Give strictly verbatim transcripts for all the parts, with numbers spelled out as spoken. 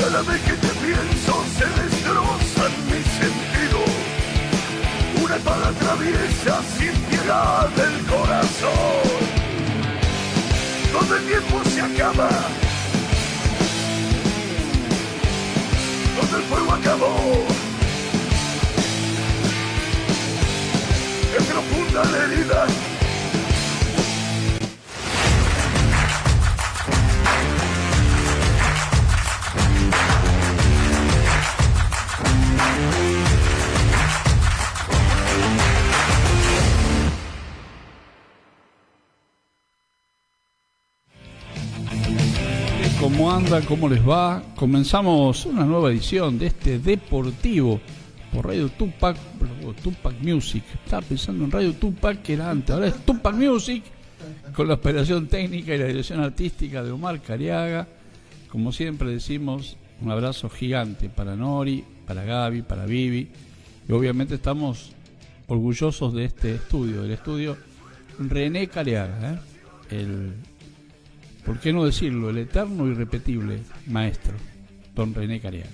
Cada vez que te pienso se destrozan mis sentidos. Una espada atraviesa sin piedad el corazón. Donde el tiempo se acaba, donde el fuego acabó. Es profunda la herida. ¿Cómo andan? ¿Cómo les va? Comenzamos una nueva edición de este Deportivo por Radio Tupac, o Tupac Music. Estaba pensando en Radio Tupac, que era antes, ahora es Tupac Music, con la operación técnica y la dirección artística de Omar Cariaga. Como siempre decimos, un abrazo gigante para Nori, para Gaby, para Vivi, y obviamente estamos orgullosos de este estudio, del estudio René Cariaga, ¿eh? el ¿Por qué no decirlo? El eterno y irrepetible maestro, don René Cariaga.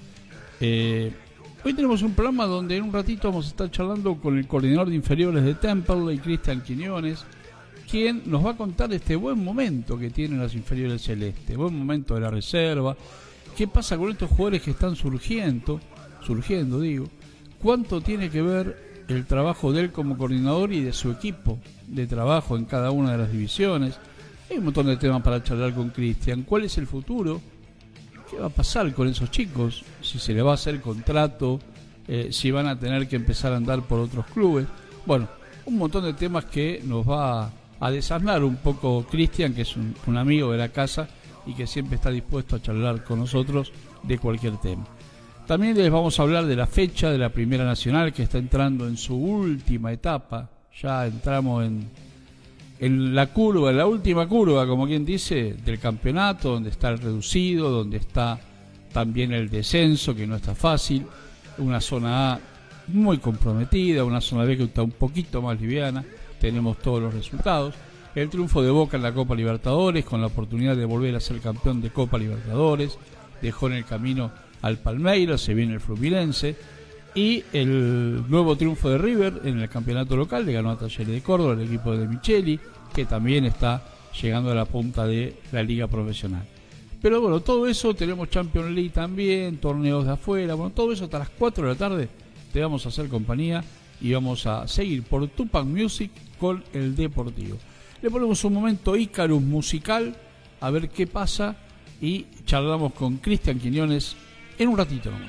Eh, hoy tenemos un programa donde en un ratito vamos a estar charlando con el coordinador de inferiores de Temple, y Cristian Quiñones, quien nos va a contar este buen momento que tienen las inferiores celestes, buen momento de la reserva, qué pasa con estos jugadores que están surgiendo, surgiendo digo, cuánto tiene que ver el trabajo de él como coordinador y de su equipo de trabajo en cada una de las divisiones. Hay un montón de temas para charlar con Cristian. ¿Cuál es el futuro? ¿Qué va a pasar con esos chicos? Si se les va a hacer contrato, eh, si van a tener que empezar a andar por otros clubes. Bueno, un montón de temas que nos va a desasnar un poco Cristian, que es un, un amigo de la casa y que siempre está dispuesto a charlar con nosotros de cualquier tema. También les vamos a hablar de la fecha de la Primera Nacional, que está entrando en su última etapa. Ya entramos en... en la curva, en la última curva, como quien dice, del campeonato, donde está el reducido, donde está también el descenso, que no está fácil, una zona A muy comprometida, una zona B que está un poquito más liviana, tenemos todos los resultados, el triunfo de Boca en la Copa Libertadores, con la oportunidad de volver a ser campeón de Copa Libertadores, dejó en el camino al Palmeiras, se viene el Fluminense, y el nuevo triunfo de River en el campeonato local, le ganó a Talleres de Córdoba, el equipo de Micheli, que también está llegando a la punta de la liga profesional. Pero bueno, todo eso, tenemos Champions League también, torneos de afuera, bueno, todo eso hasta las cuatro de la tarde te vamos a hacer compañía y vamos a seguir por Tupac Music con el Deportivo. Le ponemos un momento Icarus musical, a ver qué pasa, y charlamos con Cristian Quiñones en un ratito nomás.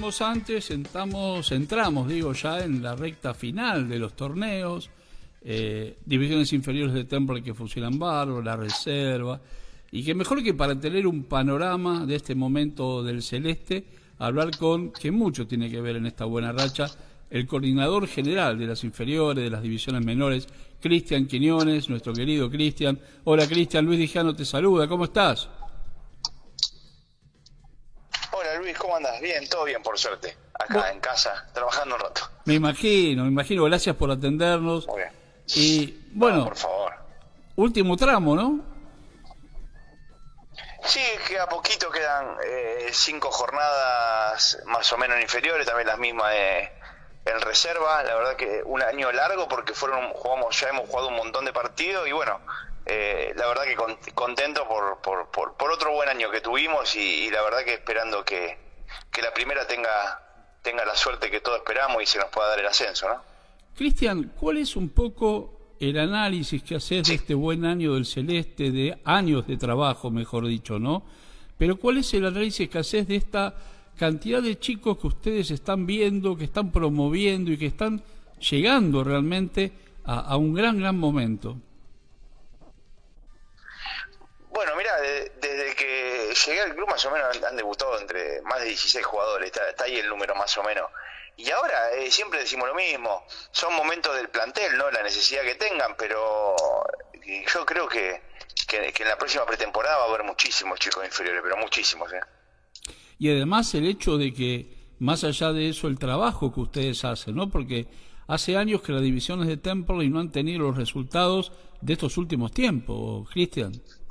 decíamos antes, entramos, entramos, digo, ya en la recta final de los torneos, eh, divisiones inferiores de Temple que fusionan Bárbaro, la reserva, y que mejor que para tener un panorama de este momento del Celeste, hablar con, que mucho tiene que ver en esta buena racha, el coordinador general de las inferiores, de las divisiones menores, Cristian Quiñones, nuestro querido Cristian. Hola Cristian, Luis Dijano te saluda, ¿cómo estás? Hola Luis, ¿cómo andas? Bien, todo bien por suerte. Acá bueno, en casa, trabajando un rato. Me imagino, me imagino, gracias por atendernos. Muy bien. Y bueno, no, por favor. Último tramo, ¿no? Sí, queda poquito, quedan eh, cinco jornadas más o menos inferiores, también las mismas de... en reserva. La verdad que un año largo porque fueron jugamos ya hemos jugado un montón de partidos y bueno, eh, la verdad que con, contento por, por, por, por otro buen año que tuvimos y, y la verdad que esperando que, que la primera tenga, tenga la suerte que todos esperamos y se nos pueda dar el ascenso, ¿no? Cristian, ¿cuál es un poco el análisis que haces de este buen año del Celeste, de años de trabajo, mejor dicho, ¿no? Pero ¿cuál es el análisis que haces de esta cantidad de chicos que ustedes están viendo, que están promoviendo y que están llegando realmente a, a un gran, gran momento? Bueno, mira, de, desde que llegué al club más o menos han, han debutado entre más de dieciséis jugadores, está, está ahí el número más o menos. Y ahora eh, siempre decimos lo mismo, son momentos del plantel, ¿no? La necesidad que tengan, pero yo creo que, que, que en la próxima pretemporada va a haber muchísimos chicos inferiores, pero muchísimos, ¿eh? Y además el hecho de que, más allá de eso, el trabajo que ustedes hacen, ¿no? Porque hace años que las divisiones de Temple y no han tenido los resultados de estos últimos tiempos, Cristian.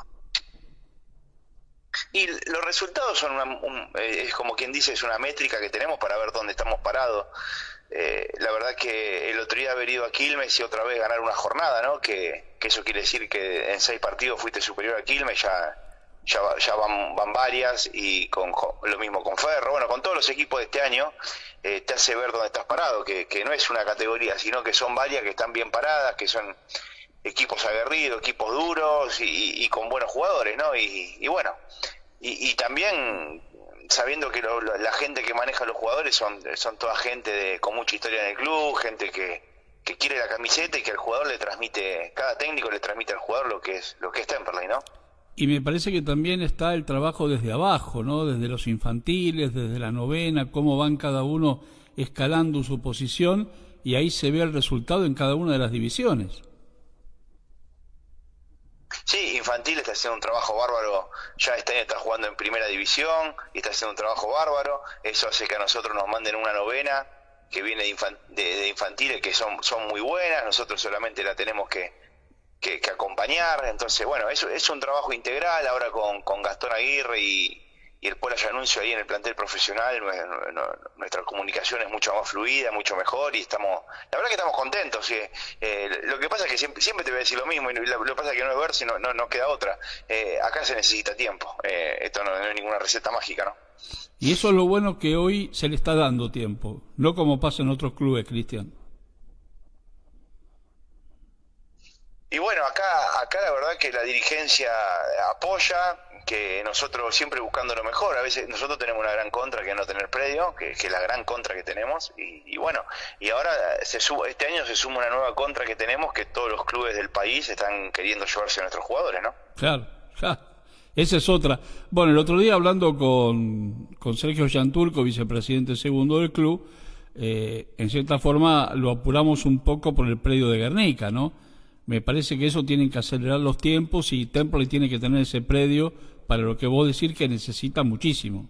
Y los resultados son una, un, eh, es como quien dice, es una métrica que tenemos para ver dónde estamos parados. Eh, la verdad que el otro día haber ido a Quilmes y otra vez ganar una jornada, ¿no? Que, que eso quiere decir que en seis partidos fuiste superior a Quilmes, ya... ya, ya van, van varias, y con, con lo mismo con Ferro, bueno, con todos los equipos de este año, eh, te hace ver dónde estás parado, que, que no es una categoría, sino que son varias que están bien paradas, que son equipos aguerridos, equipos duros y, y, y con buenos jugadores, ¿no? Y, y bueno, y, y también sabiendo que lo, lo, la gente que maneja los jugadores son, son toda gente de, con mucha historia en el club, gente que, que quiere la camiseta y que al jugador le transmite, cada técnico le transmite al jugador lo que es, lo que es Temperley, ¿no? Y me parece que también está el trabajo desde abajo, ¿no? Desde los infantiles, desde la novena, cómo van cada uno escalando su posición, y ahí se ve el resultado en cada una de las divisiones. Sí, infantil está haciendo un trabajo bárbaro, ya este año está jugando en primera división y está haciendo un trabajo bárbaro, eso hace que a nosotros nos manden una novena que viene de, infan, de, de infantiles que son, son muy buenas, nosotros solamente la tenemos que, que, que acompañar, entonces bueno, eso es un trabajo integral ahora con, con Gastón Aguirre y, y el Pola Anuncio ahí en el plantel profesional, nuestra comunicación es mucho más fluida, mucho mejor y estamos, la verdad que estamos contentos. ¿Sí? Eh, lo que pasa es que siempre, siempre te voy a decir lo mismo y lo, lo que pasa es que no es ver si no, no, no queda otra. Eh, acá se necesita tiempo, eh, esto no, no es ninguna receta mágica, ¿no? Y eso es lo bueno que hoy se le está dando tiempo, no como pasa en otros clubes, Cristian. Y bueno, acá, acá la verdad que la dirigencia apoya, que nosotros siempre buscando lo mejor, a veces nosotros tenemos una gran contra que es no tener predio, que, que es la gran contra que tenemos, y, y bueno, y ahora se suma, este año se suma una nueva contra que tenemos, que todos los clubes del país están queriendo llevarse a nuestros jugadores, ¿no? Claro, claro. Esa es otra. Bueno, el otro día hablando con, con Sergio Yanturco, vicepresidente segundo del club, eh, en cierta forma lo apuramos un poco por el predio de Guernica, ¿no? Me parece que eso tienen que acelerar los tiempos y Temple tiene que tener ese predio para lo que vos decís que necesita muchísimo.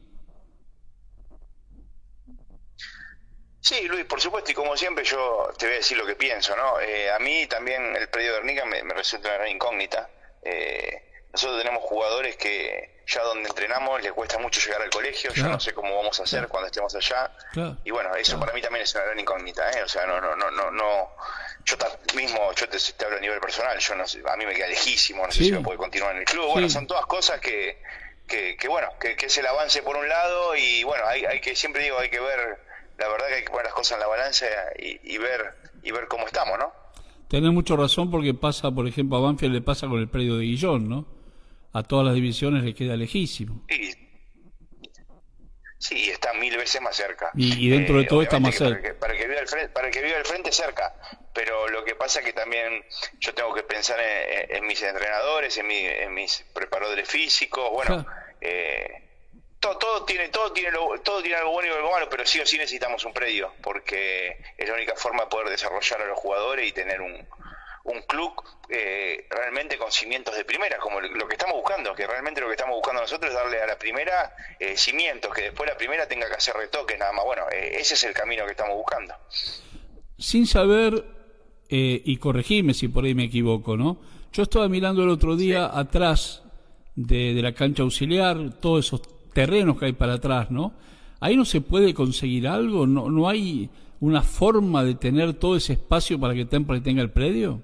Sí, Luis, por supuesto, y como siempre yo te voy a decir lo que pienso, ¿no? Eh, a mí también el predio de Guernica me, me resulta una gran incógnita. Eh, nosotros tenemos jugadores que ya donde entrenamos les cuesta mucho llegar al colegio, claro. Yo no sé cómo vamos a hacer claro. cuando estemos allá, claro. y bueno, eso claro. para mí también es una gran incógnita, ¿eh? O sea, no, no, no, no, no, yo mismo, yo te, te hablo a nivel personal, yo no sé, a mí me queda lejísimo, no sí. sé si me puede continuar en el club, bueno, sí. son todas cosas que, que, que bueno, que, que es el avance por un lado, y bueno, hay, hay que, siempre digo, hay que ver, la verdad que hay que poner las cosas en la balanza y, y ver, y ver cómo estamos, ¿no? Tenés mucha razón porque pasa, por ejemplo, a Banfield le pasa con el predio de Guillón, ¿no? A todas las divisiones le queda lejísimo. Sí, Sí, está mil veces más cerca. Y, y dentro de todo eh, está más cerca. Para, para, que viva el frente, para el que viva el frente cerca. Pero lo que pasa es que también yo tengo que pensar en, en mis entrenadores, en, mi, en mis preparadores físicos. Bueno, ja. eh, todo, todo tiene todo tiene lo, todo tiene algo bueno y algo malo, pero sí o sí necesitamos un predio, porque es la única forma de poder desarrollar a los jugadores y tener un... un club eh, realmente con cimientos de primera, como lo que estamos buscando, que realmente lo que estamos buscando nosotros es darle a la primera eh, cimientos, que después la primera tenga que hacer retoques nada más. Bueno, eh, ese es el camino que estamos buscando. Sin saber, eh, y corregime si por ahí me equivoco, ¿no? Yo estaba mirando el otro día sí. atrás de, de la cancha auxiliar, todos esos terrenos que hay para atrás, ¿no? Ahí no se puede conseguir algo, no, no hay una forma de tener todo ese espacio para que Temple tenga el predio.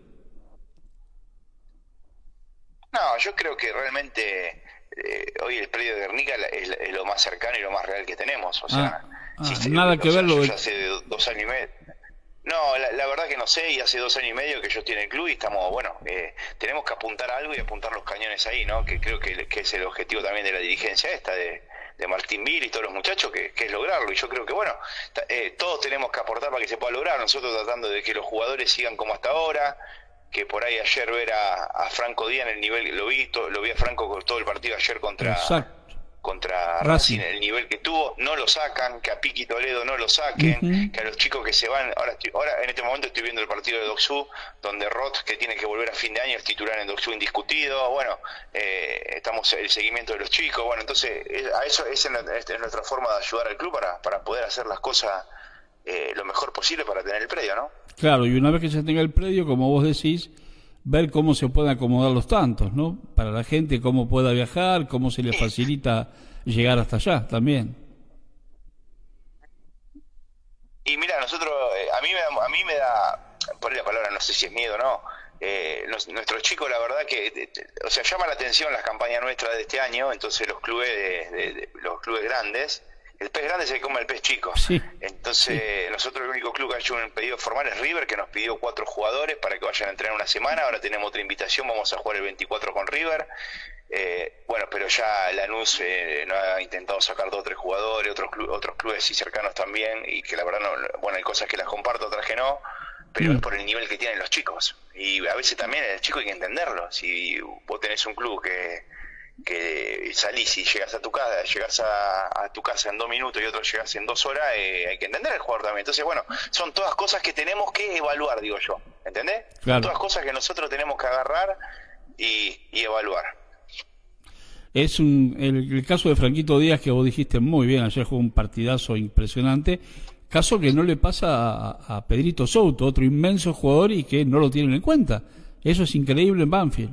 No, yo creo que realmente eh, hoy el predio de Guernica es, es lo más cercano y lo más real que tenemos. O sea, ah, ah, si se, nada o que sea, ver lo de... hace dos años y medio. No, la, la verdad que no sé, y hace dos años y medio que yo estoy en el club y estamos, bueno, eh, tenemos que apuntar a algo y apuntar los cañones ahí, ¿no? Que creo que, que es el objetivo también de la dirigencia esta, de, de Martín Vil y todos los muchachos, que, que es lograrlo. Y yo creo que, bueno, eh, todos tenemos que aportar para que se pueda lograr. Nosotros tratando de que los jugadores sigan como hasta ahora, que por ahí ayer ver a, a Franco Díaz en el nivel, lo vi, to, lo vi a Franco con todo el partido ayer contra... Exacto. contra Racing, el nivel que tuvo, no lo sacan, que a Piqui Toledo no lo saquen, uh-huh. que a los chicos que se van, ahora estoy, ahora en este momento estoy viendo el partido de Doksú, donde Roth, que tiene que volver a fin de año, es titular en Doksú indiscutido. Bueno, eh, estamos en el seguimiento de los chicos. Bueno, entonces a eso es, en, es nuestra forma de ayudar al club para, para poder hacer las cosas eh, lo mejor posible para tener el predio, ¿no? Claro, y una vez que se tenga el predio, como vos decís, ver cómo se pueden acomodar los tantos, ¿no? Para la gente, cómo pueda viajar, cómo se le facilita llegar hasta allá también. Y mira, nosotros, eh, a mí me da, a mí me da, por la palabra, no sé si es miedo o no, eh, nos, nuestros chicos, la verdad que, de, de, o sea, llama la atención las campañas nuestras de este año. Entonces los clubes, de, de, de, los clubes grandes, el pez grande se come el pez chico. Sí. Entonces, sí. Nosotros el único club que ha hecho un pedido formal es River, que nos pidió cuatro jugadores para que vayan a entrenar una semana. Ahora tenemos otra invitación, vamos a jugar el veinticuatro con River. Eh, bueno, pero ya Lanús eh, no ha intentado sacar dos o tres jugadores, otros clubes, otros clubes y cercanos también, y que la verdad, no, bueno, hay cosas que las comparto, otras que no, pero mm. es por el nivel que tienen los chicos. Y a veces también el chico hay que entenderlo. Si vos tenés un club que... que salís y llegas a tu casa, llegas a, a tu casa en dos minutos y otro llegas en dos horas, eh, hay que entender el jugador también. Entonces, bueno, son todas cosas que tenemos que evaluar, digo yo, ¿entendés? Claro. Son todas cosas que nosotros tenemos que agarrar y, y evaluar. Es un el, el caso de Franquito Díaz, que vos dijiste muy bien, ayer jugó un partidazo impresionante, caso que no le pasa a, a Pedrito Souto, otro inmenso jugador, y que no lo tienen en cuenta. Eso es increíble en Banfield.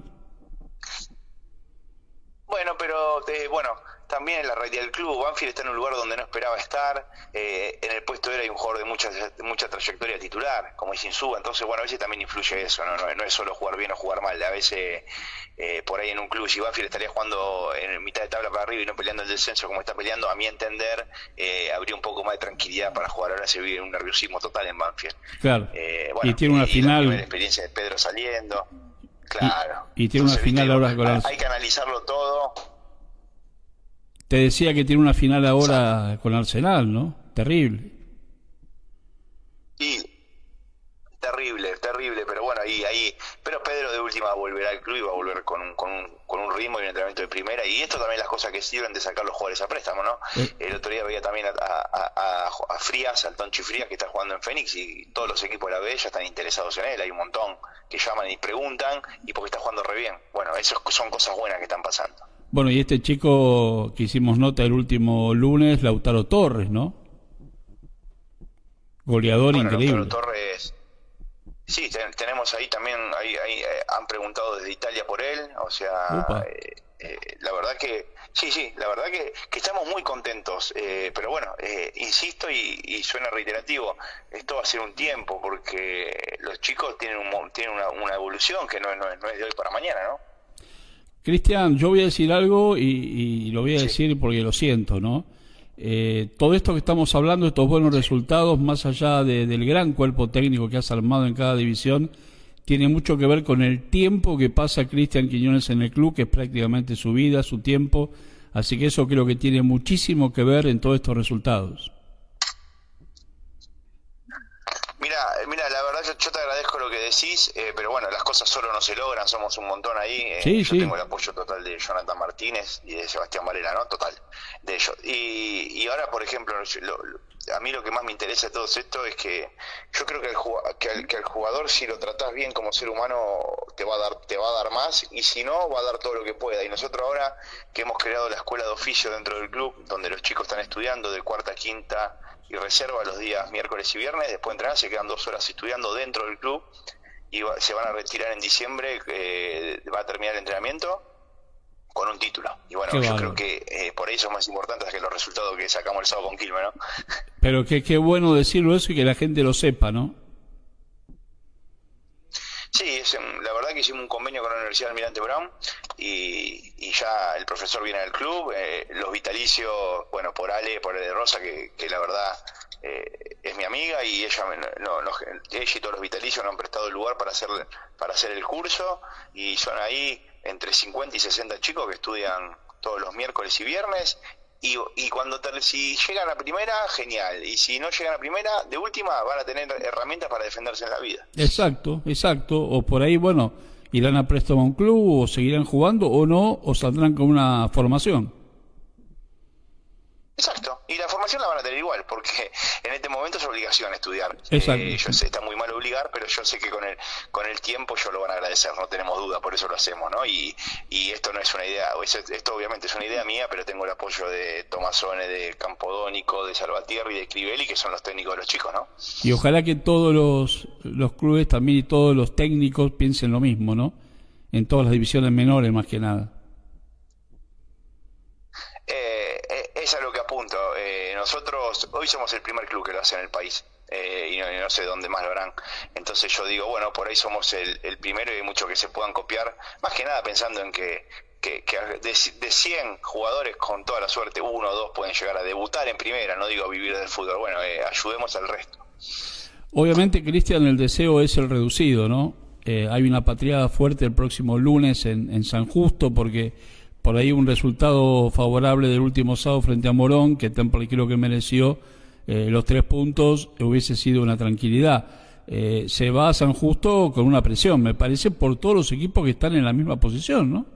Bueno, pero eh, bueno, también en la realidad del club, Banfield está en un lugar donde no esperaba estar. Eh, en el puesto era un jugador de mucha de mucha trayectoria titular, como es Insúa. Entonces, bueno, a veces también influye eso, no, no, no es solo jugar bien o jugar mal. A veces eh, por ahí en un club, si Banfield estaría jugando en mitad de tabla para arriba y no peleando el descenso como está peleando, a mi entender, eh, habría un poco más de tranquilidad para jugar. Ahora se vive un nerviosismo total en Banfield. Claro. Eh, bueno, y tiene una y, final. Y la experiencia de Pedro saliendo. Claro. Y, y tiene Entonces, una final ahora con hay, hay que analizarlo todo. Te decía que tiene una final ahora sí. con Arsenal, ¿no? Terrible. Y terrible, terrible, pero bueno, ahí, ahí, pero Pedro de última volverá al club y va a volver con un, con un, con un ritmo y un entrenamiento de primera, y esto también las cosas que sirven de sacar los jugadores a préstamo, ¿no? Eh. El otro día veía también a, a, a, a Frías, al Tonchi Frías, que está jugando en Fénix, y todos los equipos de la B ya están interesados en él. Hay un montón que llaman y preguntan, y porque está jugando re bien. Bueno, eso son cosas buenas que están pasando. Bueno, y este chico que hicimos nota el último lunes, Lautaro Torres, ¿no? Goleador bueno, increíble. Lautaro Torres, sí, ten, tenemos ahí también, ahí, ahí eh, han preguntado desde Italia por él, o sea, eh, eh, la verdad que, sí, sí, la verdad que, que estamos muy contentos, eh, pero bueno, eh, insisto y, y suena reiterativo, esto va a ser un tiempo, porque los chicos tienen, un, tienen una, una evolución que no, no, no es de hoy para mañana, ¿no? Cristian, yo voy a decir algo y, y lo voy a sí. decir porque lo siento, ¿no? Eh, todo esto que estamos hablando, estos buenos sí. resultados, más allá de, del gran cuerpo técnico que has armado en cada división, tiene mucho que ver con el tiempo que pasa Cristian Quiñones en el club, que es prácticamente su vida, su tiempo. Así que eso creo que tiene muchísimo que ver en todos estos resultados. Mira, mira, la verdad yo, yo te agradezco lo que decís, eh, pero bueno, las cosas solo no se logran, somos un montón ahí. Eh, sí, yo sí. tengo el apoyo total de Jonathan Martínez y de Sebastián Varela, ¿no? Total, de ellos. Y, y ahora, por ejemplo, lo, lo, a mí lo que más me interesa de todo esto es que yo creo que el, que, el, que el jugador, si lo tratás bien como ser humano, te va a dar te va a dar más, y si no, va a dar todo lo que pueda. Y nosotros ahora que hemos creado la escuela de oficio dentro del club, donde los chicos están estudiando de cuarta a quinta y reserva los días miércoles y viernes, después de entrenar se quedan dos horas estudiando dentro del club y va, se van a retirar en diciembre, eh, va a terminar el entrenamiento con un título. Y bueno, qué yo bárbaro. creo que eh, por eso es más importante que los resultados que sacamos el sábado con Quilmes, ¿no? Pero que qué bueno decirlo eso y que la gente lo sepa, ¿no? Sí, es, la verdad que hicimos un convenio con la Universidad Almirante Brown y, y ya el profesor viene al club, eh, los vitalicios, bueno, por Ale, por Ale de Rosa, que, que la verdad eh, es mi amiga, y ella, no, no, ella y todos los vitalicios nos han prestado el lugar para hacer, para hacer el curso, y son ahí entre cincuenta y sesenta chicos que estudian todos los miércoles y viernes. Y, y cuando te, si llegan a primera, genial, y si no llegan a primera, de última van a tener herramientas para defenderse en la vida. Exacto, exacto. O por ahí, bueno, irán a préstamo a un club, o seguirán jugando, o no, o saldrán con una formación. Exacto, y la formación la van a tener igual, porque en este momento es obligación estudiar. Exacto. Eh, yo sé, está muy mal obligar, pero yo sé que con el con el tiempo ellos lo van a agradecer, no tenemos duda, por eso lo hacemos, ¿no? Y, y esto no es una idea, esto obviamente es una idea mía, pero tengo el apoyo de Tomasone, de Campodónico, de Salvatierra y de Crivelli, que son los técnicos de los chicos, ¿no? Y ojalá que todos los, los clubes también y todos los técnicos piensen lo mismo, ¿no? En todas las divisiones menores, más que nada. Eh, eh, es a lo que apunto. Eh, nosotros hoy somos el primer club que lo hace en el país, eh, y, no, y no sé dónde más lo harán. Entonces yo digo, bueno, por ahí somos el, el primero, y hay muchos que se puedan copiar, más que nada pensando en que, que, que de, de cien jugadores, con toda la suerte, uno o dos pueden llegar a debutar en primera, no digo vivir del fútbol. Bueno, eh, ayudemos al resto. Obviamente, Cristian, el deseo es el reducido, ¿no? Eh, hay una patriada fuerte el próximo lunes en, en San Justo, porque por ahí un resultado favorable del último sábado frente a Morón, que Temple creo que mereció eh, los tres puntos, hubiese sido una tranquilidad. Eh, se va a San Justo con una presión, me parece, por todos los equipos que están en la misma posición, ¿no?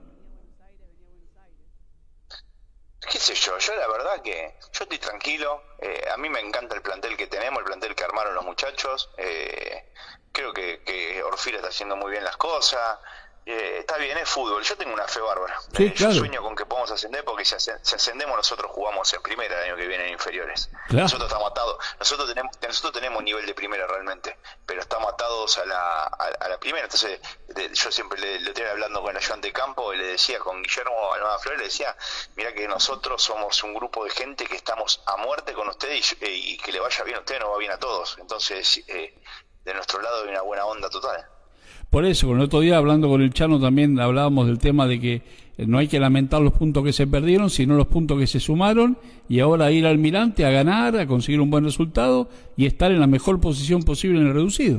Qué sé yo, yo la verdad que yo estoy tranquilo, eh, a mí me encanta el plantel que tenemos, el plantel que armaron los muchachos, eh, creo que, que Orfila está haciendo muy bien las cosas. Eh, está bien, es fútbol, yo tengo una fe bárbara. Sí, eh, claro. Yo sueño con que podamos ascender, porque si, ascend- si ascendemos nosotros jugamos en primera el año que viene en inferiores. Claro. Nosotros estamos atados, nosotros tenemos nosotros tenemos nivel de primera realmente, pero estamos atados a la a, a la primera. Entonces de, yo siempre le, le estoy hablando con el ayudante de campo y le decía, con Guillermo Almada Flores, le decía, mira que nosotros somos un grupo de gente que estamos a muerte con ustedes, y, y que le vaya bien a ustedes, nos va bien a todos. Entonces eh, de nuestro lado hay una buena onda total. Por eso, con el otro día hablando con el Chano también hablábamos del tema de que no hay que lamentar los puntos que se perdieron, sino los puntos que se sumaron, y ahora ir al Almirante a ganar, a conseguir un buen resultado y estar en la mejor posición posible en el reducido.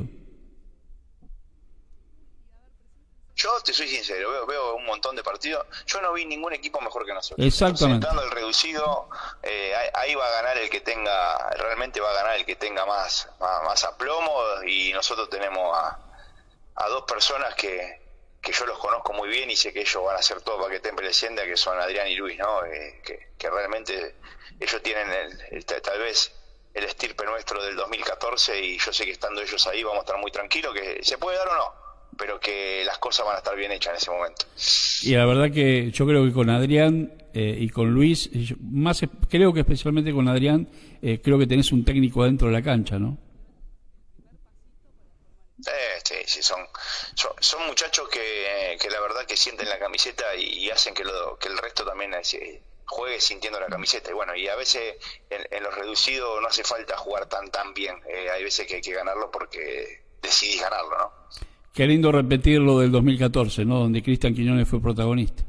Yo te soy sincero, veo, veo un montón de partidos. Yo no vi ningún equipo mejor que nosotros. Exactamente. Entrando el reducido, eh, ahí, ahí va a ganar el que tenga, realmente va a ganar el que tenga más, más, más aplomo, y nosotros tenemos a, a dos personas que, que yo los conozco muy bien y sé que ellos van a hacer todo para que Temple descienda, que son Adrián y Luis, ¿no? Eh, que, que realmente ellos tienen el, el, tal vez el estirpe nuestro del dos mil catorce, y yo sé que estando ellos ahí vamos a estar muy tranquilos, que se puede dar o no, pero que las cosas van a estar bien hechas en ese momento. Y la verdad que yo creo que con Adrián eh, y con Luis, yo, más creo que especialmente con Adrián, eh, creo que tenés un técnico dentro de la cancha, ¿no? Eh, sí, sí, son, son son muchachos que, que la verdad que sienten la camiseta y, y hacen que lo que el resto también eh, juegue sintiendo la camiseta. Y bueno, y a veces en, en los reducidos no hace falta jugar tan tan bien, eh, hay veces que hay que ganarlo porque decidís ganarlo, ¿no? Qué lindo repetir lo del dos mil catorce, ¿no? Donde Cristian Quiñones fue protagonista.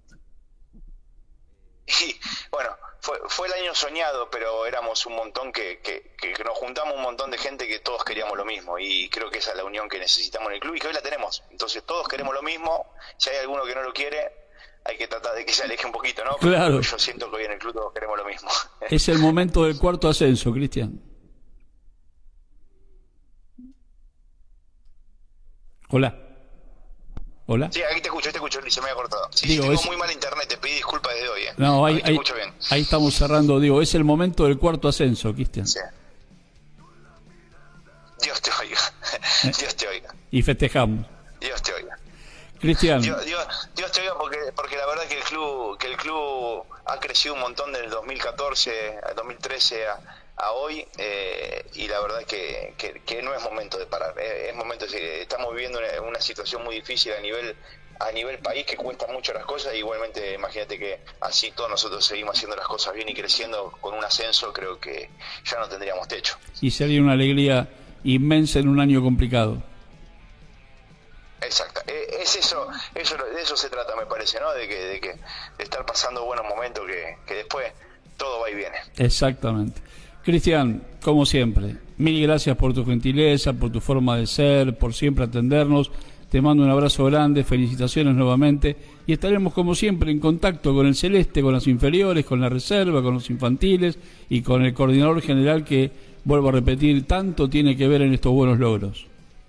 Y bueno, fue fue el año soñado, pero éramos un montón que, que, que nos juntamos un montón de gente que todos queríamos lo mismo, y creo que esa es la unión que necesitamos en el club y que hoy la tenemos. Entonces todos queremos lo mismo, si hay alguno que no lo quiere, hay que tratar de que se aleje un poquito, ¿no? Claro. Yo siento que hoy en el club todos queremos lo mismo. Es el momento del cuarto ascenso, Cristian. Hola. Hola. Sí, aquí te escucho, te escucho, se me había cortado. Sí, Digo, sí, tengo es... muy mal internet, te pedí disculpas desde hoy. ¿eh? No, ahí, ahí, te ahí, escucho bien. ahí estamos cerrando, digo, es el momento del cuarto ascenso, Cristian. Sí. Dios te oiga, Dios te oiga. Y festejamos. Dios te oiga. Cristian. Dios, Dios, Dios te oiga porque, porque la verdad que el club que el club ha crecido un montón desde el dos mil catorce al dos mil trece a, a hoy eh, y la verdad que, que, que no es momento de parar. Eh, es momento de, estamos viviendo una, una situación muy difícil a nivel a nivel país que cuesta mucho las cosas. Igualmente, imagínate que así todos nosotros seguimos haciendo las cosas bien y creciendo con un ascenso, creo que ya no tendríamos techo. Y sería una alegría inmensa en un año complicado. Exacto, es eso, eso, de eso se trata, me parece, ¿no? De que, de que de estar pasando buenos momentos, que, que después todo va y viene. Exactamente. Cristian, como siempre, mil gracias por tu gentileza, por tu forma de ser, por siempre atendernos. Te mando un abrazo grande, felicitaciones nuevamente y estaremos como siempre en contacto con el Celeste, con las inferiores, con la reserva, con los infantiles y con el coordinador general que, vuelvo a repetir, tanto tiene que ver en estos buenos logros.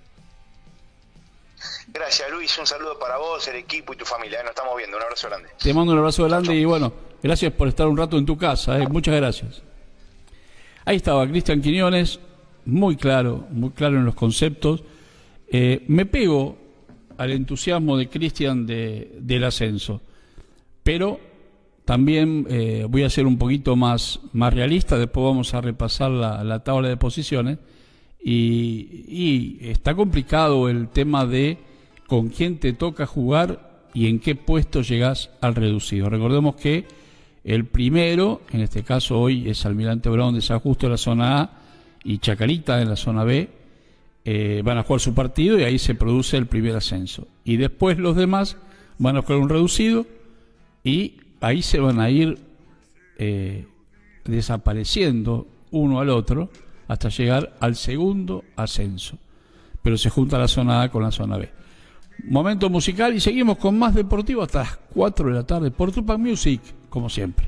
Gracias, Luis, un saludo para vos, el equipo y tu familia, ¿eh? Nos estamos viendo, un abrazo grande. Te mando un abrazo grande. Chau, chau. Y bueno, gracias por estar un rato en tu casa, ¿eh? Muchas gracias. Ahí estaba Cristian Quiñones, muy claro, muy claro en los conceptos. Eh, me pego al entusiasmo de Cristian de, del ascenso, pero también eh, voy a ser un poquito más, más realista. Después vamos a repasar la, la tabla de posiciones y, y está complicado el tema de con quién te toca jugar y en qué puesto llegás al reducido. Recordemos que el primero, en este caso hoy, es Almirante Brown de San Justo en la zona A y Chacarita en la zona B. Eh, van a jugar su partido y ahí se produce el primer ascenso. Y después los demás van a jugar un reducido y ahí se van a ir eh, desapareciendo uno al otro hasta llegar al segundo ascenso. Pero se junta la zona A con la zona B. Momento musical y seguimos con más deportivo hasta las cuatro de la tarde por Tupac Music, como siempre.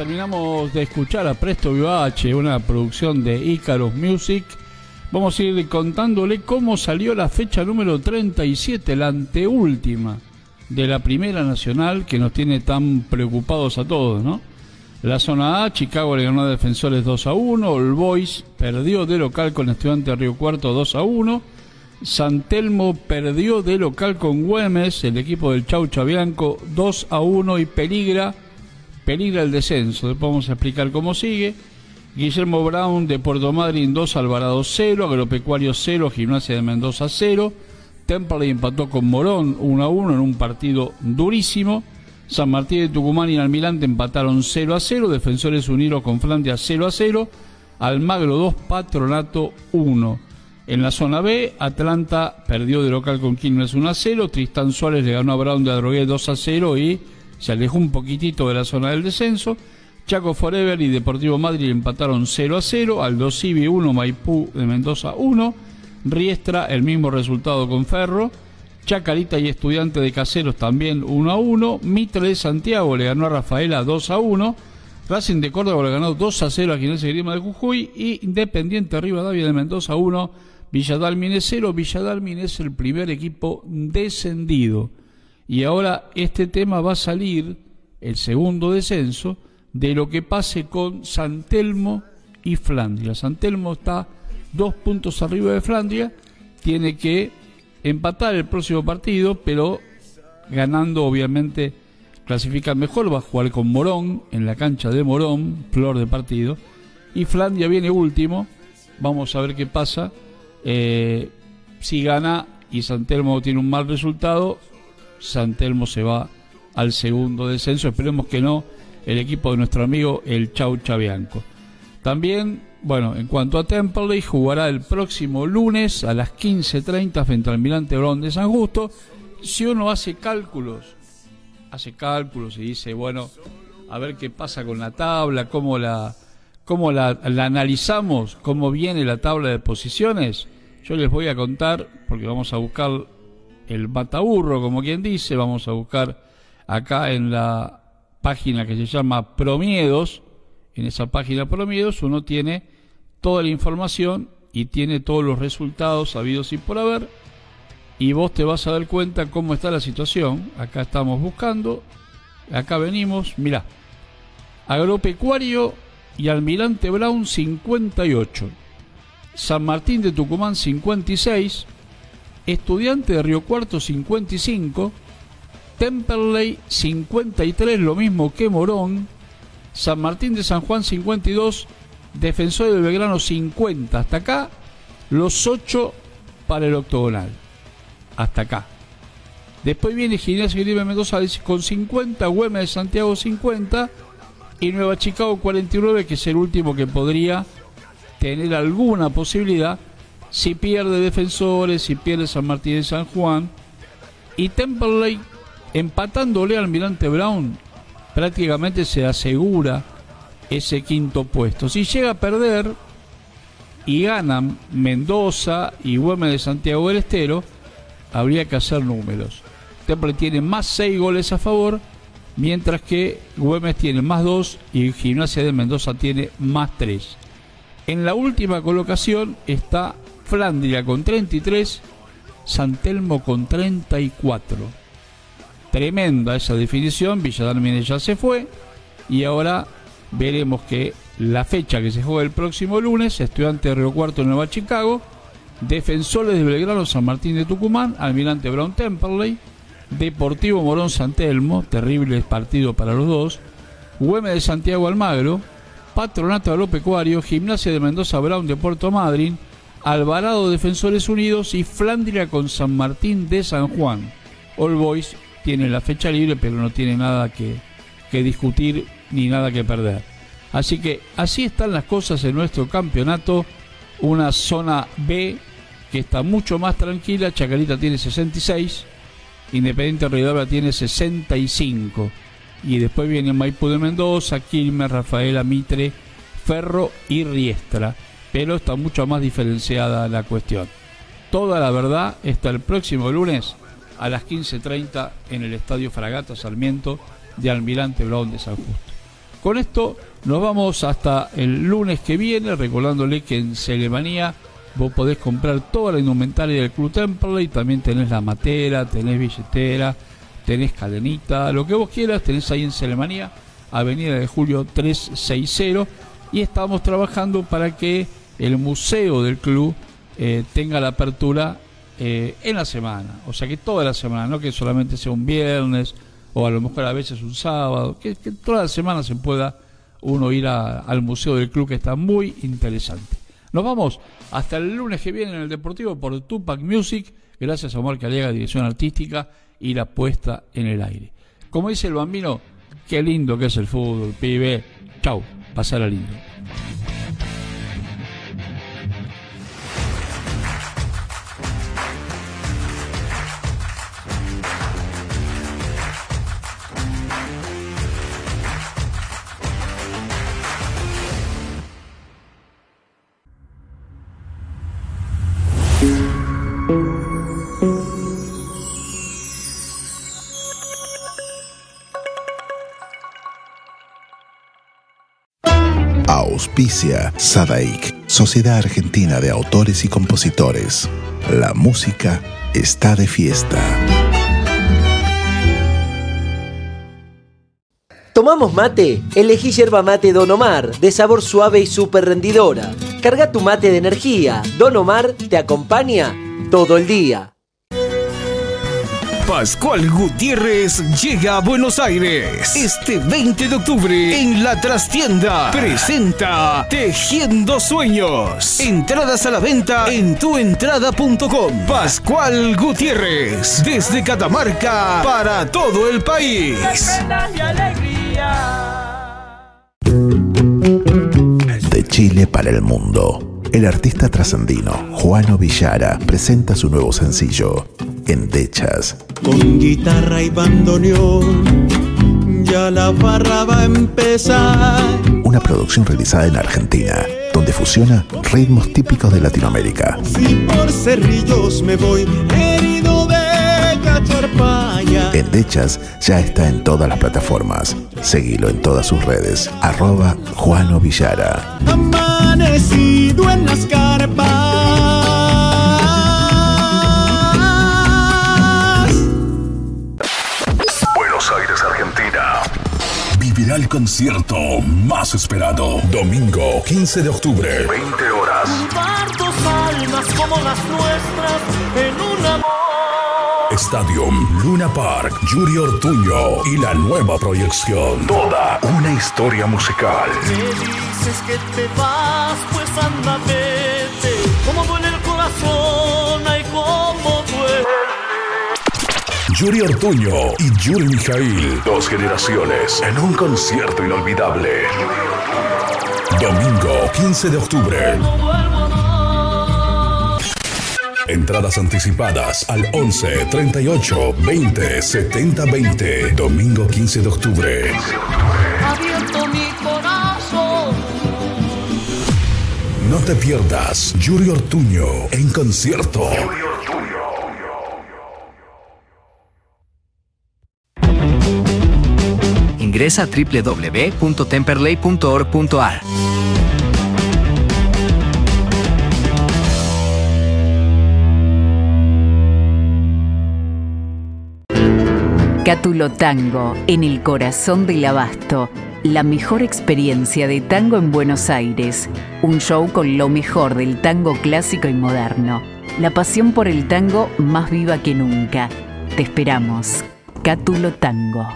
terminamos de escuchar a Presto Vivace, una producción de Icarus Music. Vamos a ir contándole cómo salió la fecha número treinta y siete, la anteúltima de la Primera Nacional, que nos tiene tan preocupados a todos, ¿no? La zona A, Chicago le ganó a Defensores dos a uno, All Boys perdió de local con Estudiantes de Río Cuarto dos a uno, San Telmo perdió de local con Güemes, el equipo del Chau Chabianco dos a uno, y peligra, peligra el descenso. Después vamos a explicar cómo sigue. Guillermo Brown de Puerto Madryn dos, Alvarado cero, Agropecuario cero, Gimnasia de Mendoza cero, Temperley empató con Morón uno a uno en un partido durísimo. San Martín de Tucumán y Almirante empataron cero a cero, Defensores Unidos con Flandia cero a cero, Almagro dos, Patronato uno. En la zona B, Atlanta perdió de local con Quilmes uno a cero, Tristán Suárez le ganó a Brown de Adrogué dos a cero y se alejó un poquitito de la zona del descenso. Chaco Forever y Deportivo Madrid empataron cero a cero, Aldo Civi uno, Maipú de Mendoza uno, Riestra el mismo resultado con Ferro, Chacarita y Estudiante de Caseros también uno a uno, Mitre de Santiago le ganó a Rafaela dos a uno, Racing de Córdoba le ganó dos a cero a Gimnasia y Grima de Jujuy, y Independiente Rivadavia de Mendoza uno, Villa Dálmine cero. Villa Dálmine es el primer equipo descendido, y ahora este tema va a salir, el segundo descenso, de lo que pase con San Telmo y Flandria. San Telmo está dos puntos arriba de Flandria, tiene que empatar el próximo partido, pero ganando obviamente clasifica mejor, va a jugar con Morón en la cancha de Morón, flor de partido, y Flandria viene último. Vamos a ver qué pasa. Eh, si gana y San Telmo tiene un mal resultado, San Telmo se va al segundo descenso, esperemos que no, el equipo de nuestro amigo el Chau Chabianco. También, bueno, en cuanto a Temperley, jugará el próximo lunes a las quince treinta frente al Almirante Brown de San Justo. Si uno hace cálculos, hace cálculos y dice, bueno, a ver qué pasa con la tabla, cómo la, cómo la, la analizamos, cómo viene la tabla de posiciones, yo les voy a contar, porque vamos a buscar el mataburro, como quien dice, vamos a buscar acá en la página que se llama Promiedos. En esa página Promiedos uno tiene toda la información y tiene todos los resultados habidos y por haber, y vos te vas a dar cuenta cómo está la situación. Acá estamos buscando, acá venimos, mirá, Agropecuario y Almirante Brown cincuenta y ocho, San Martín de Tucumán cincuenta y seis, Estudiante de Río Cuarto cincuenta y cinco, Temperley cincuenta y tres, lo mismo que Morón, San Martín de San Juan cincuenta y dos, Defensor de Belgrano cincuenta. Hasta acá los ocho para el octogonal, hasta acá. Después viene Gimnasia y Grima de Mendoza con cincuenta, Güemes de Santiago cincuenta y Nueva Chicago cuarenta y nueve, que es el último que podría tener alguna posibilidad si pierde Defensores, si pierde San Martín de San Juan. Y Temperley, empatándole al Almirante Brown, prácticamente se asegura ese quinto puesto. Si llega a perder y ganan Mendoza y Güemes de Santiago del Estero, habría que hacer números. Temperley tiene más seis goles a favor, mientras que Güemes tiene más dos y Gimnasia de Mendoza tiene más tres. En la última colocación está Flandria con treinta y tres, San Telmo con treinta y cuatro. Tremenda esa definición. Villa Dálmine ya se fue y ahora veremos que la fecha que se juega el próximo lunes, Estudiante de Río Cuarto, Nueva Chicago, Defensores de Belgrano, San Martín de Tucumán, Almirante Brown, Temperley, Deportivo Morón, San Telmo, terrible partido para los dos, Güemes de Santiago, Almagro, Patronato Agropecuario, Gimnasia de Mendoza, Brown de Puerto Madryn, Alvarado, Defensores Unidos, y Flandria con San Martín de San Juan. All Boys tiene la fecha libre, pero no tiene nada que, que discutir ni nada que perder. Así que así están las cosas en nuestro campeonato. Una zona B que está mucho más tranquila. Chacarita tiene sesenta y seis, Independiente Rivadavia tiene sesenta y cinco, y después viene Maipú de Mendoza, Quilmes, Rafaela, Mitre, Ferro y Riestra, pero está mucho más diferenciada la cuestión. Toda la verdad está el próximo lunes a las quince treinta en el Estadio Fragata Sarmiento de Almirante Brown de San Justo. Con esto nos vamos hasta el lunes que viene, recordándole que en Celemanía vos podés comprar toda la indumentaria del Club Temperley. También tenés la matera, tenés billetera, tenés cadenita, lo que vos quieras, tenés ahí en Celemanía, Avenida de Julio trescientos sesenta. Y estamos trabajando para que el museo del club eh, tenga la apertura eh, en la semana. O sea, que toda la semana, no que solamente sea un viernes o a lo mejor a veces un sábado, que, que toda la semana se pueda uno ir a, al museo del club, que está muy interesante. Nos vamos hasta el lunes que viene en el Deportivo por Tupac Music. Gracias a Omar Caliega, dirección artística y la puesta en el aire. Como dice el Bambino, qué lindo que es el fútbol, pibe. Chau, pasala lindo. Auspicia Sadaik, Sociedad Argentina de Autores y Compositores. La música está de fiesta. ¿Tomamos mate? Elegí yerba mate Don Omar, de sabor suave y súper rendidora. Carga tu mate de energía. Don Omar te acompaña todo el día. Pascual Gutiérrez llega a Buenos Aires este veinte de octubre en La Trastienda. Presenta Tejiendo Sueños. Entradas a la venta en tuentrada punto com. Pascual Gutiérrez, desde Catamarca para todo el país. De Chile para el mundo, el artista trasandino Juano Villara presenta su nuevo sencillo, Endechas. Con guitarra y bandoneón, ya la farra va a empezar. Una producción realizada en Argentina, donde fusiona ritmos típicos de Latinoamérica. Si por Cerrillos me voy herido de cacharpaya. Endechas ya está en todas las plataformas. Seguilo en todas sus redes, arroba Juano Villara. Amanecido en las carpas. Buenos Aires, Argentina. Vivirá el concierto más esperado. Domingo quince de octubre, veinte horas. Juntar dos almas como las nuestras en un amor. Stadium Luna Park, Yuri Ortuño y la nueva proyección. Toda una historia musical. Me dices que te vas, pues anda, vete. Como duele el corazón, ay, cómo duele. Yuri Ortuño y Yuri Mijail, dos generaciones en un concierto inolvidable. Domingo quince de octubre. Entradas anticipadas al once, treinta y ocho, veinte, setenta, veinte. Domingo quince de octubre. Abierto mi corazón. No te pierdas Yuri Ortuño en concierto. Ingresa a doble u doble u doble u punto temperley punto org punto a r. Cátulo Tango, en el corazón del Abasto. La mejor experiencia de tango en Buenos Aires. Un show con lo mejor del tango clásico y moderno. La pasión por el tango más viva que nunca. Te esperamos. Cátulo Tango.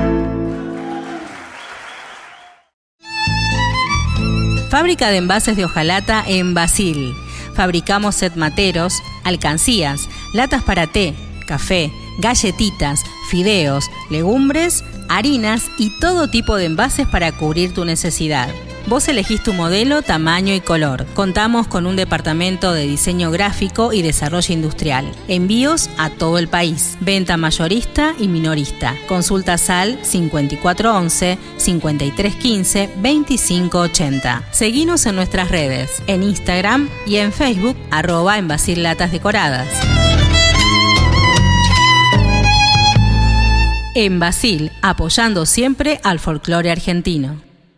Fábrica de envases de hojalata en Basil. Fabricamos set materos, alcancías, latas para té, café, galletitas, fideos, legumbres, harinas y todo tipo de envases para cubrir tu necesidad. Vos elegís tu modelo, tamaño y color. Contamos con un departamento de diseño gráfico y desarrollo industrial. Envíos a todo el país. Venta mayorista y minorista. Consultas al cincuenta y cuatro once, cincuenta y tres quince, veinticinco ochenta. Seguinos en nuestras redes, en Instagram y en Facebook, arroba en Basil Latas Decoradas. En Basil, apoyando siempre al folclore argentino.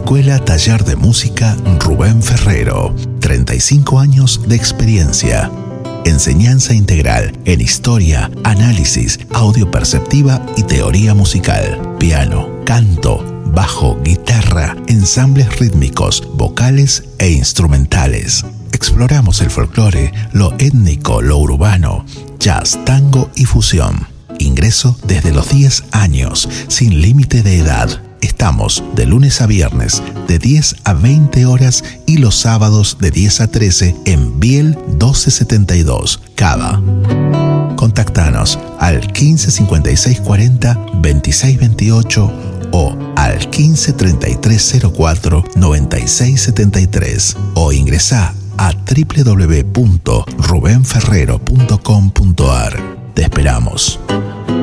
Escuela Taller de Música Rubén Ferrero. treinta y cinco años de experiencia. Enseñanza integral en historia, análisis, audio perceptiva y teoría musical. Piano, canto, bajo, guitarra, ensambles rítmicos, vocales e instrumentales. Exploramos el folclore, lo étnico, lo urbano, jazz, tango y fusión. Ingreso desde los diez años, sin límite de edad. Estamos de lunes a viernes de diez a veinte horas y los sábados de diez a trece en Biel doce setenta y dos, Cava. Contactanos al quince cincuenta y seis cuarenta veintiséis veintiocho o al quince treinta y tres cero cuatro noventa y seis setenta y tres o ingresá a doble u doble u doble u punto rubén ferrero punto com punto a r. Te esperamos.